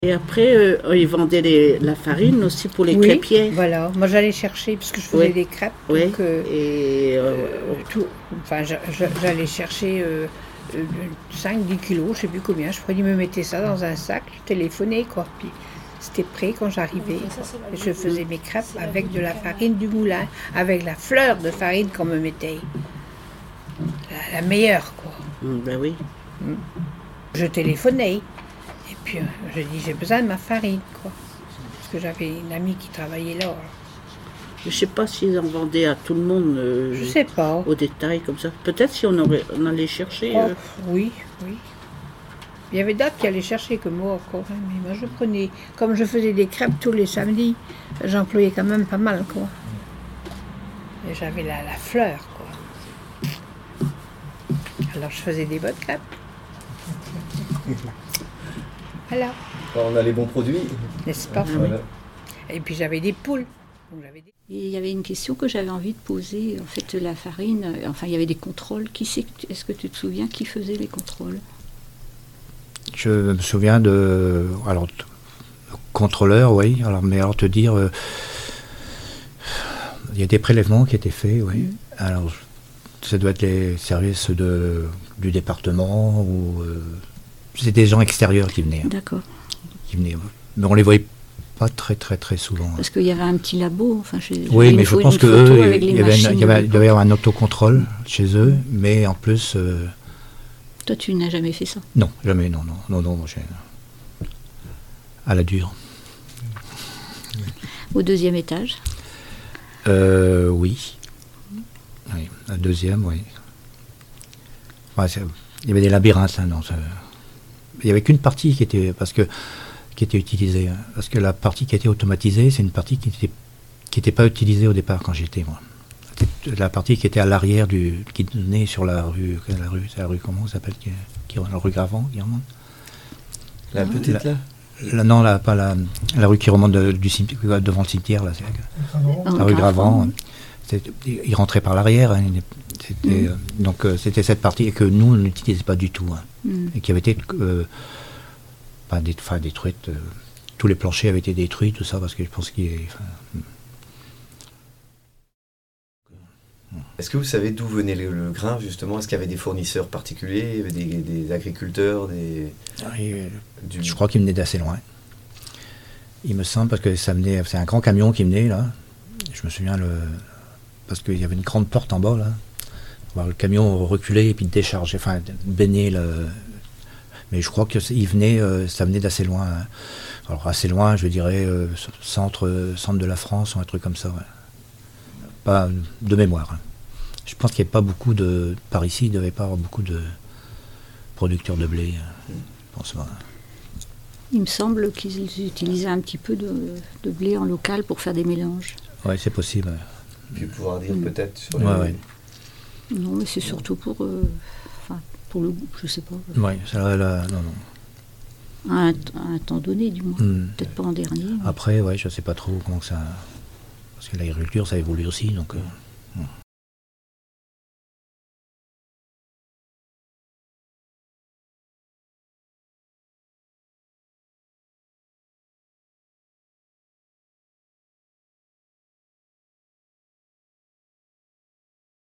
Et après, ils vendaient la farine aussi pour les Oui, crêpiers. voilà. Moi, j'allais chercher, parce que je faisais Oui. des crêpes. Oui. Donc, Et enfin, j'allais chercher 5-10 kilos, je sais plus combien. Je prenais, me mettais ça dans un sac, je téléphonais, quoi. Puis c'était prêt quand j'arrivais. Je faisais mes crêpes avec de la farine du moulin, avec la fleur de farine qu'on me mettait. La meilleure, quoi. ben oui. Je téléphonais. Et puis, je dis, j'ai besoin de ma farine, quoi. Parce que j'avais une amie qui travaillait là. Je ne sais pas s'ils en vendaient à tout le monde. Je sais pas. Au détail, comme ça. Peut-être si on allait chercher. Oh, oui. Il y avait d'autres qui allaient chercher que moi encore. Hein, mais moi, je prenais. Comme je faisais des crêpes tous les samedis, j'employais quand même pas mal, quoi. Et j'avais la fleur, quoi. Alors, je faisais des bonnes crêpes. Voilà. On a les bons produits. N'est-ce pas? Voilà. Et puis, j'avais des poules. Donc, Et il y avait une question que j'avais envie de poser. En fait, la farine, enfin, il y avait des contrôles. Est-ce que tu te souviens qui faisait les contrôles? Je me souviens de... Alors, contrôleur, oui. Mais alors te dire... il y a des prélèvements qui étaient faits, oui. Alors, ça doit être les services du département ou... c'est des gens extérieurs qui venaient. D'accord. Qui venaient, mais on les voyait pas très souvent. Parce qu'il y avait un petit labo. Oui, mais je pense que il devait y avoir un autocontrôle chez eux, mais en plus... Toi, tu n'as jamais fait ça? Non, jamais, non. À la dure. Au deuxième étage? Oui. La deuxième, oui. Ouais, il y avait des labyrinthes, hein, non. Il n'y avait qu'une partie qui était utilisée. Hein, parce que la partie qui a été automatisée, c'est une partie qui n'était pas utilisée au départ quand j'étais, moi. C'était la partie qui était à l'arrière qui donnait sur la rue. C'est la rue, comment ça s'appelle, la rue Gravant, qui remonte. La petite, là? Non, pas la rue qui remonte du cimetière, devant le cimetière, là. La rue Gravant. Il rentrait par l'arrière. Hein, donc c'était cette partie que nous, on n'utilisait pas du tout. Hein, et qui avait été détruite. Tous les planchers avaient été détruits, tout ça, parce que je pense qu'il... Est-ce que vous savez d'où venait le grain, justement? Est-ce qu'il y avait des fournisseurs particuliers? Il y avait des agriculteurs, Je crois qu'il venait d'assez loin. Il me semble, parce que c'est un grand camion qui venait, là. Je me souviens, parce qu'il y avait une grande porte en bas, là. Voir le camion reculer et puis décharger, baigner. Mais je crois que ça venait d'assez loin. Hein. Alors, assez loin, je dirais, centre de la France, ou un truc comme ça, ouais. Pas de mémoire. Hein. Je pense qu'il n'y avait pas beaucoup par ici, il ne devait pas avoir beaucoup de producteurs de blé. Je pense pas. Il me semble qu'ils utilisaient un petit peu de blé en local pour faire des mélanges. Oui, c'est possible. Puis pouvoir dire peut-être sur les... Ouais. Non, mais c'est surtout pour le goût, je sais pas. Oui, ça là, non. À un temps donné, du moins. Peut-être pas en dernier. Après, ouais, je sais pas trop comment ça... Parce que l'agriculture, ça évolue aussi, donc...